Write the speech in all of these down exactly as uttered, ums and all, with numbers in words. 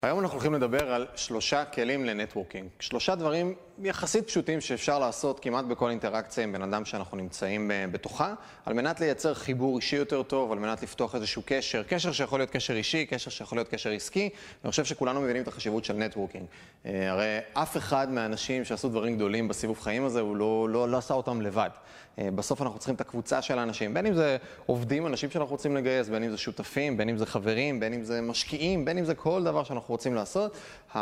היום אנחנו הולכים לדבר על שלושה כלים לנטוורקינג. שלושה דברים יחסית פשוטים שאפשר לעשות כמעט בכל אינטראקציה עם בן אדם שאנחנו נמצאים בתוכה, על מנת לייצר חיבור אישי יותר טוב, על מנת לפתוח איזשהו קשר, קשר שיכול להיות קשר אישי, קשר שיכול להיות קשר עסקי. אני חושב שכולנו מבינים את החשיבות של נטוורקינג. הרי אף אחד מהאנשים שעשו דברים גדולים בסיבוב חיים הזה, הוא לא, לא, לא עשה אותם לבד. בסוף אנחנו צריכים את הקבוצה של האנשים, בין אם זה עובדים, אנשים שאנחנו רוצים לגייס, בין אם זה שותפים, בין אם זה חברים, בין אם זה משקיעים, בין אם זה כל דבר שאנחנו רוצים לעשות.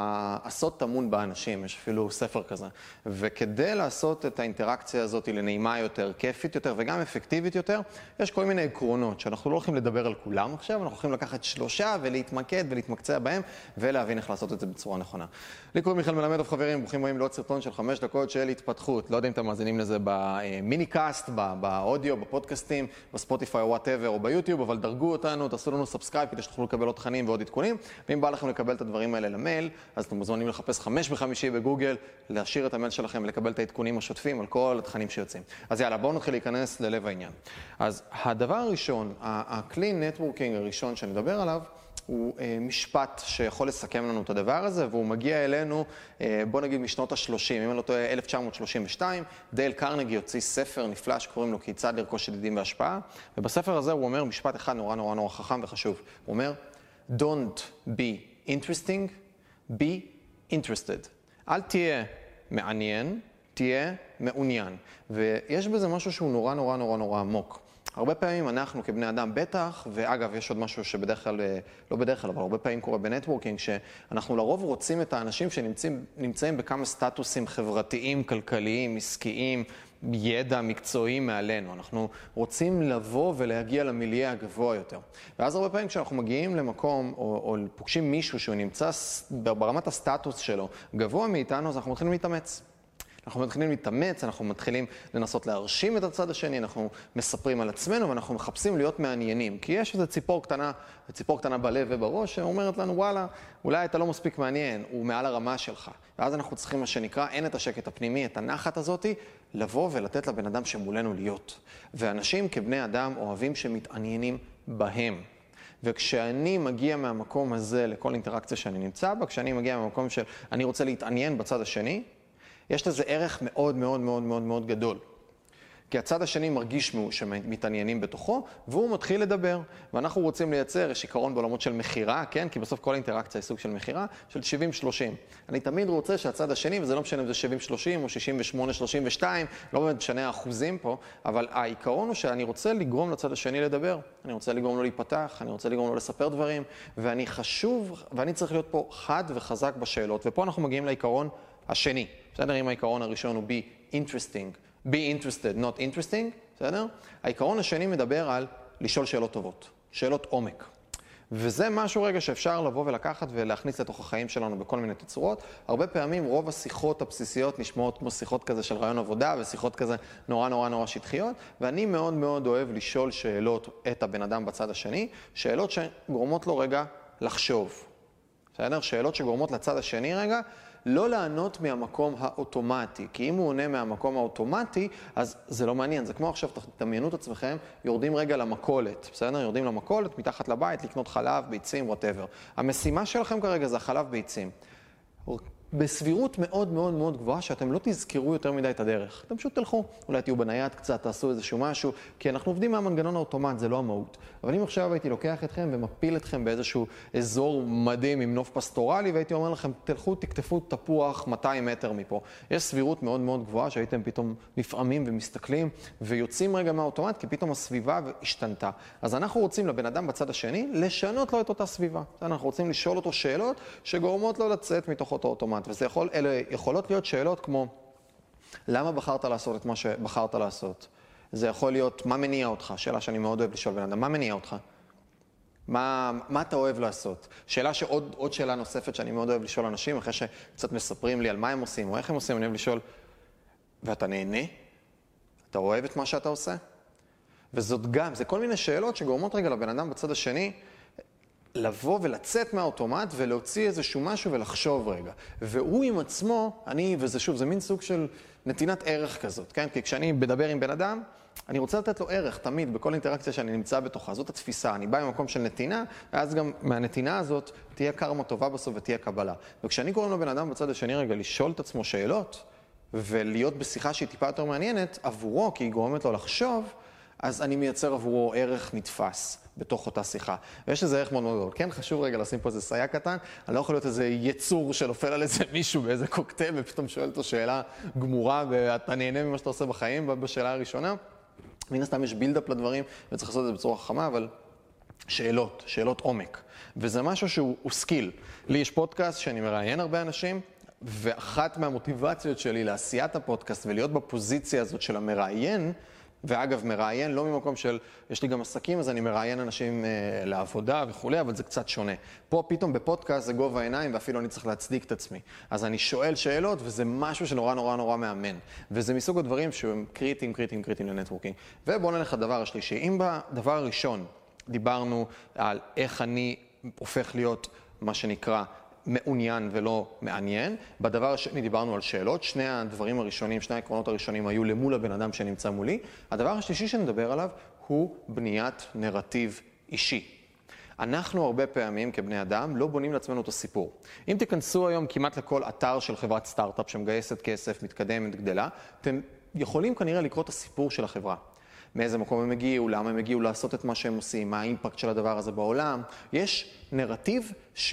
הסוד טמון באנשים, יש אפילו ספר כזה. וכדי לעשות את האינטראקציה הזאת לנעימה יותר, כיפית יותר וגם אפקטיבית יותר, יש כל מיני עקרונות שאנחנו לא הולכים לדבר על כולם עכשיו, אנחנו הולכים לקחת שלושה ולהתמקד ולהתמקצע בהם ולהבין איך לעשות את זה בצורה נכונה. לי קוראים מיכאל מלמד, חברים, ברוכים הבאים לעוד סרטון של חמש דקות של התפתחות. לא יודע אם אתם מאזינים לזה במיני-קאסט, באודיו, בפודקאסטים, בספוטיפיי או וואטאבר או ביוטיוב, אבל דרגו אותנו, תעשו לנו סאבסקרייב כדי שתוכלו לקבל עוד תכנים ועוד עדכונים. ואם בא לכם לקבל את הדברים האלה למייל, אז אתם מוזמנים לחפש חמש בחמישי בגוגל, להשאיר את המייל שלכם ולקבל את העדכונים השוטפים על כל התכנים שיוצאים. אז יאללה, בואו נתחיל להיכנס ללב העניין. אז הדבר הראשון, הכלי נטוורקינג הראשון שנדבר עליו, הוא משפט שיכול לסכם לנו את הדבר הזה, והוא מגיע אלינו, בוא נגיד, משנות ה-שלושים, אם אני לא טועה, אלף תשע מאות שלושים ושתיים, דייל קרנגי הוציא ספר נפלא שקוראים לו כיצד לרכוש ידידים בהשפעה, ובספר הזה הוא אומר משפט אחד נורא נורא נורא חכם וחשוב. הוא אומר, Don't be interesting, be interested. אל תהיה מעניין, תהיה מעוניין. ויש בזה משהו שהוא נורא נורא נורא נורא עמוק. הרבה פעמים אנחנו כבני אדם בטח, ואגב יש עוד משהו שבדרך כלל, לא בדרך כלל, אבל הרבה פעמים קורה בנטוורקינג, שאנחנו לרוב רוצים את האנשים שנמצאים בכמה סטטוסים חברתיים, כלכליים, עסקיים, ידע, מקצועיים מעלינו. אנחנו רוצים לבוא ולהגיע למיליה הגבוה יותר. ואז הרבה פעמים כשאנחנו מגיעים למקום, או, או פוגשים מישהו שהוא נמצא ברמת הסטטוס שלו, גבוה מאיתנו, אז אנחנו מתחילים להתאמץ. אנחנו מתחילים להתאמץ, אנחנו מתחילים לנסות להרשים את הצד השני, אנחנו מספרים על עצמנו ואנחנו מחפשים להיות מעניינים. כי יש איזו ציפור קטנה, ציפור קטנה בלב ובראש, שאומרת לנו, וואלה, אולי אתה לא מספיק מעניין, הוא מעל הרמה שלך. ואז אנחנו צריכים, מה שנקרא, אין את השקט הפנימי, את הנחת הזאת, לבוא ולתת לבן אדם שמולנו להיות. ואנשים כבני אדם אוהבים שמתעניינים בהם. וכשאני מגיע מהמקום הזה לכל אינטראקציה שאני נמצא בה, כשאני מגיע מהמקום של אני רוצה להתעניין בצד השני, יש לזה ערך מאוד מאוד מאוד מאוד מאוד גדול. כי הצד השני מרגיש שמתעניינים בתוכו, והוא מתחיל לדבר. ואנחנו רוצים לייצר, יש עיקרון בעולמות של מחירה, כן? כי בסוף כל אינטראקציה היא סוג של מחירה, של שבעים שלושים. אני תמיד רוצה שהצד השני, וזה לא משנה אם זה שבעים שלושים או שישים ושמונה שלושים ושתיים, לא באמת משנה האחוזים פה, אבל העיקרון הוא שאני רוצה לגרום לצד השני לדבר. אני רוצה לגרום לו להיפתח, אני רוצה לגרום לו לספר דברים, ואני חשוב, ואני צריך להיות פה חד וחזק בשאלות. ופה אנחנו מגיעים לעיקרון השני. בסדר? אם העיקרון הראשון הוא be interesting, be interested, not interesting, בסדר? העיקרון השני מדבר על לשאול שאלות טובות, שאלות עומק. וזה משהו רגע שאפשר לבוא ולקחת ולהכניס לתוך החיים שלנו בכל מיני תצורות. הרבה פעמים רוב השיחות הבסיסיות נשמעות כמו שיחות כזה של רעיון עבודה ושיחות כזה נורא נורא נורא שטחיות, ואני מאוד מאוד אוהב לשאול שאלות את הבן אדם בצד השני, שאלות שגורמות לו רגע לחשוב. בסדר? שאלות שגורמות לצד השני רגע, לא לענות מהמקום האוטומטי, כי אם הוא עונה מהמקום האוטומטי, אז זה לא מעניין. זה כמו עכשיו, תדמיינו את עצמכם, יורדים רגע למכולת, בסדר? יורדים למכולת, מתחת לבית, לקנות חלב, ביצים, whatever. המשימה שלכם כרגע זה החלב ביצים. בסבירות מאוד מאוד מאוד גבוהה שאתם לא תזכרו יותר מדי את הדרך. אתם פשוט תלכו, אולי תהיו בנייד קצת, תעשו איזשהו משהו, כי אנחנו עובדים מהמנגנון האוטומט, זה לא המהות. אבל אם עכשיו הייתי לוקח אתכם ומפיל אתכם באיזשהו אזור מדהים עם נוף פסטורלי, והייתי אומר לכם, תלכו, תקטפו תפוח מאתיים מטר מפה. יש סבירות מאוד מאוד גבוהה שהייתם פתאום נפעמים ומסתכלים, ויוצאים רגע מהאוטומט, כי פתאום הסביבה השתנתה. אז אנחנו רוצים לבן אדם בצד השני, לשנות לו את אותה סביבה. אנחנו רוצים לשאול אותו שאלות שגורמות לו לצאת מתוך אותו אוטומט. וזה יכול, אלה יכולות להיות שאלות כמו, למה בחרת לעשות את מה שבחרת לעשות? זה יכול להיות, מה מניע אותך? שאלה שאני מאוד אוהב לשאול בן אדם, מה מניע אותך? מה, מה אתה אוהב לעשות? שאלה שעוד, עוד שאלה נוספת שאני מאוד אוהב לשאול אנשים, אחרי שקצת מספרים לי על מה הם עושים או איך הם עושים, אני אוהב לשאול, ואתה נהנה? אתה אוהב את מה שאתה עושה? וזאת גם, זה כל מיני שאלות שגורמות רגע לבן אדם בצד השני, לבוא ולצאת מהאוטומט ולהוציא איזשהו משהו ולחשוב רגע. והוא עם עצמו, אני, וזה שוב, זה מין סוג של נתינת ערך כזאת, כן? כי כשאני מדבר עם בן אדם, אני רוצה לתת לו ערך תמיד בכל אינטראקציה שאני נמצא בתוכה. זאת התפיסה, אני בא ממקום של נתינה, ואז גם מהנתינה הזאת תהיה קרמה טובה בסוף ותהיה קבלה. וכשאני קוראים לבן אדם בצד השני רגע לשאול את עצמו שאלות, ולהיות בשיחה שהיא טיפה יותר מעניינת עבורו, כי היא גורמת לו לחשוב, אז אני מייצר עבורו ערך נתפס בתוך אותה שיחה. ויש איזה ערך מאוד מאוד גדול. כן, חשוב רגע לשים פה איזה סייע קטן, אני לא יכול להיות איזה יצור שנופל על איזה מישהו באיזה קוקטייל, ופתאום שואל אותו שאלה גמורה, ואתה נהנה ממה שאתה עושה בחיים בשאלה הראשונה. מן הסתם יש בילדאפ לדברים, וצריך לעשות את זה בצורה חכמה, אבל שאלות, שאלות עומק. וזה משהו שהוא סקיל. לי יש פודקאסט שאני מראיין הרבה אנשים, ואחת מהמוטיבציות שלי לעשיית הפודקאסט ולהיות בפוזיציה הזאת של המראיין, ואגב, מראיין לא ממקום של, יש לי גם עסקים, אז אני מראיין אנשים אה, לעבודה וכולי, אבל זה קצת שונה. פה פתאום בפודקאסט זה גובה העיניים, ואפילו אני צריך להצדיק את עצמי. אז אני שואל שאלות, וזה משהו שנורא נורא נורא מאמן. וזה מסוג הדברים שהם קריטיים, קריטיים, קריטיים לנטוורקינג. ובואו נלך לדבר השלישי. אם בדבר הראשון דיברנו על איך אני הופך להיות מה שנקרא מעוניין ולא מעניין. בדבר השני דיברנו על שאלות, שני הדברים הראשונים, שני העקרונות הראשונים היו למול הבן אדם שנמצא מולי. הדבר השלישי שנדבר עליו הוא בניית נרטיב אישי. אנחנו הרבה פעמים כבני אדם לא בונים לעצמנו את הסיפור. אם תיכנסו היום כמעט לכל אתר של חברת סטארט-אפ שמגייסת כסף, מתקדמת, גדלה, אתם יכולים כנראה לקרוא את הסיפור של החברה. מאיזה מקום הם הגיעו, למה הם הגיעו לעשות את מה שהם עושים, מה האימפקט של הדבר הזה בעולם. יש נרטיב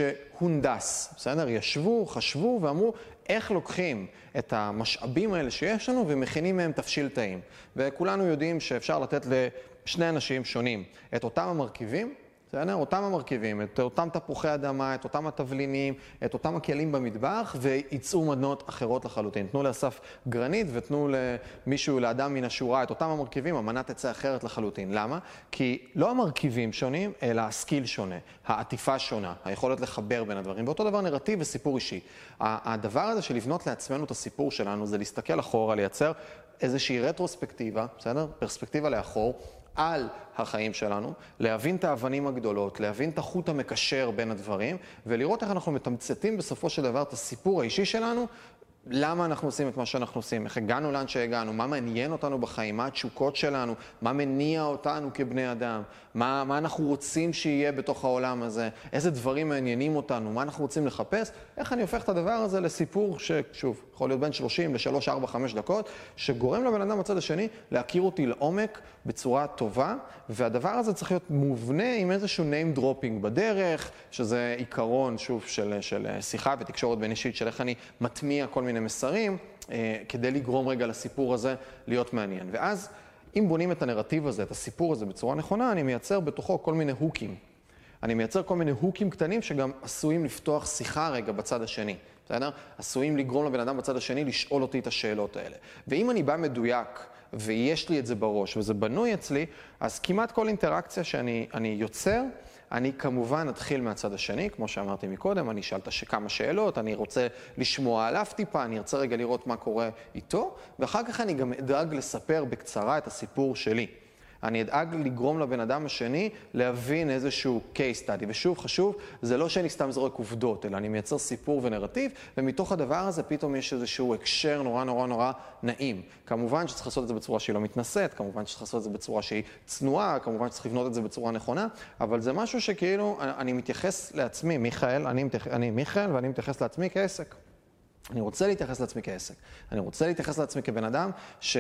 שהונדס, בסדר? ישבו, חשבו ואמרו איך לוקחים את המשאבים האלה שיש לנו ומכינים מהם תבשיל טעים. וכולנו יודעים שאפשר לתת לשני אנשים שונים את אותם המרכיבים, בסדר? אותם המרכיבים, את אותם תפוחי אדמה, את אותם התבלינים, את אותם הכלים במטבח, ויצאו מנות אחרות לחלוטין. תנו לאסף גרנית ותנו למישהו, לאדם מן השורה, את אותם המרכיבים, המנה תצא אחרת לחלוטין. למה? כי לא המרכיבים שונים, אלא הסקיל שונה, העטיפה שונה, היכולת לחבר בין הדברים. ואותו דבר נרטיב וסיפור אישי. הדבר הזה של לבנות לעצמנו את הסיפור שלנו, זה להסתכל אחורה, לייצר איזושהי רטרוספקטיבה, בסדר? פרספקטיבה לאחור, על החיים שלנו, להבין את האבנים הגדולות, להבין את החוט המקשר בין הדברים, ולראות איך אנחנו מתמצתים בסופו של דבר את הסיפור האישי שלנו, למה אנחנו עושים את מה שאנחנו עושים, איך הגענו לאן שהגענו, מה מעניין אותנו בחיים, מה התשוקות שלנו, מה מניע אותנו כבני אדם, מה, מה אנחנו רוצים שיהיה בתוך העולם הזה, איזה דברים מעניינים אותנו, מה אנחנו רוצים לחפש, איך אני הופך את הדבר הזה לסיפור ששוב, יכול להיות בין שלושים ל-שלוש, ארבע, חמש דקות, שגורם לבן אדם בצד השני להכיר אותי לעומק בצורה טובה, והדבר הזה צריך להיות מובנה עם איזשהו name dropping בדרך, שזה עיקרון, שוב, של, של שיחה ותקשורת בין אישית, של איך אני מטמיע כל מיני מסרים, אה, כדי לגרום רגע לסיפור הזה להיות מעניין. ואז, אם בונים את הנרטיב הזה, את הסיפור הזה בצורה נכונה, אני מייצר בתוכו כל מיני הוקים. אני מייצר כל מיני הוקים קטנים שגם עשויים לפתוח שיחה רגע בצד השני. בסדר? עשויים לגרום לבן אדם בצד השני לשאול אותי את השאלות האלה. ואם אני בא מדויק, ויש לי את זה בראש, וזה בנוי אצלי, אז כמעט כל אינטראקציה שאני אני יוצר, אני כמובן אתחיל מהצד השני, כמו שאמרתי מקודם, אני אשאל כמה שאלות, אני רוצה לשמוע עליו טיפה, אני ארצה רגע לראות מה קורה איתו, ואחר כך אני גם אדאג לספר בקצרה את הסיפור שלי. אני אדאג לגרום לבן אדם השני להבין איזשהו case study. ושוב, חשוב, זה לא שאני סתם זורק עובדות, אלא אני מייצר סיפור ונרטיב, ומתוך הדבר הזה פתאום יש איזשהו הקשר נורא נורא נורא נעים. כמובן שצריך לעשות את זה בצורה שהיא לא מתנשאת, כמובן שצריך לעשות את זה בצורה שהיא צנועה, כמובן שצריך לבנות את זה בצורה נכונה, אבל זה משהו שכאילו אני מתייחס לעצמי, מיכאל, אני, מתייח... אני מיכאל ואני מתייחס לעצמי כעסק. אני רוצה להתייחס לעצמי כעסק. אני רוצה להתייחס לעצמי כבן אדם ש...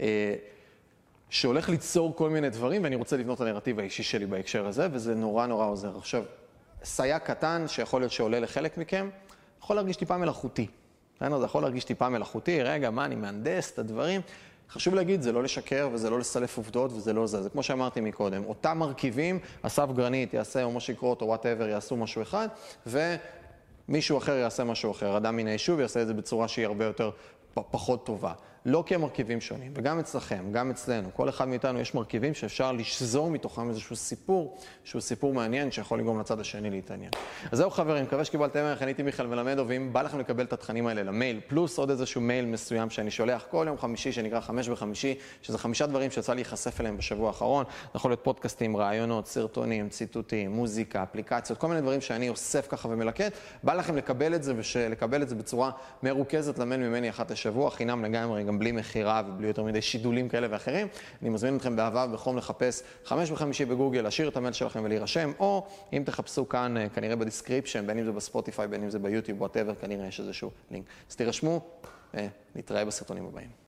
שהולך ליצור כל מיני דברים, ואני רוצה לבנות את הנרטיב האישי שלי בהקשר הזה, וזה נורא נורא עוזר. עכשיו, סייע קטן שיכול להיות שעולה לחלק מכם, יכול להרגיש טיפה מלאכותי. זה יכול להרגיש טיפה מלאכותי, רגע, מה, אני מהנדס את הדברים. חשוב להגיד, זה לא לשקר וזה לא לסלף עובדות וזה לא זה. זה כמו שאמרתי מקודם, אותם מרכיבים, אסף גרנית יעשה או משהו יקרות או whatever יעשו משהו אחד, ומישהו אחר יעשה משהו אחר. אדם מן היישוב יעשה את זה בצורה שהיא הרבה יותר פחות טובה. לא כי המרכיבים שונים, וגם אצלכם, גם אצלנו, כל אחד מאיתנו יש מרכיבים שאפשר לשזור מתוכם איזשהו סיפור, שהוא סיפור מעניין שיכול לגרום לצד השני להתעניין. אז זהו חברים, מקווה שקיבלתם ערך, אני הייתי מיכאל מלמדוב, ואם בא לכם לקבל את התכנים האלה למייל, פלוס עוד איזשהו מייל מסוים שאני שולח כל יום חמישי, שנקרא חמש בחמישי, שזה חמישה דברים שיצא לי להיחשף אליהם בשבוע האחרון, יכול להיות פודקאסטים, רעיונות, סרטונים, ציטוטים, מוזיקה, אפליקציות, כל מיני דברים שאני אוסף ככה ומלקט. בא לכם לקבל את זה ולקבל את זה בצורה מרוכזת למייל ממני אחת לשבוע, חינם לגמרי, גם בלי מחירה ובלי יותר מדי שידולים כאלה ואחרים. אני מזמין אתכם באהבה ובחום לחפש חמש וחמישי בגוגל, להשאיר את המייל שלכם ולהירשם, או אם תחפשו כאן, כנראה בדיסקריפשן, בין אם זה בספוטיפיי, בין אם זה ביוטיוב, whatever, כנראה יש איזשהו לינק. אז תירשמו, נתראה בסרטונים הבאים.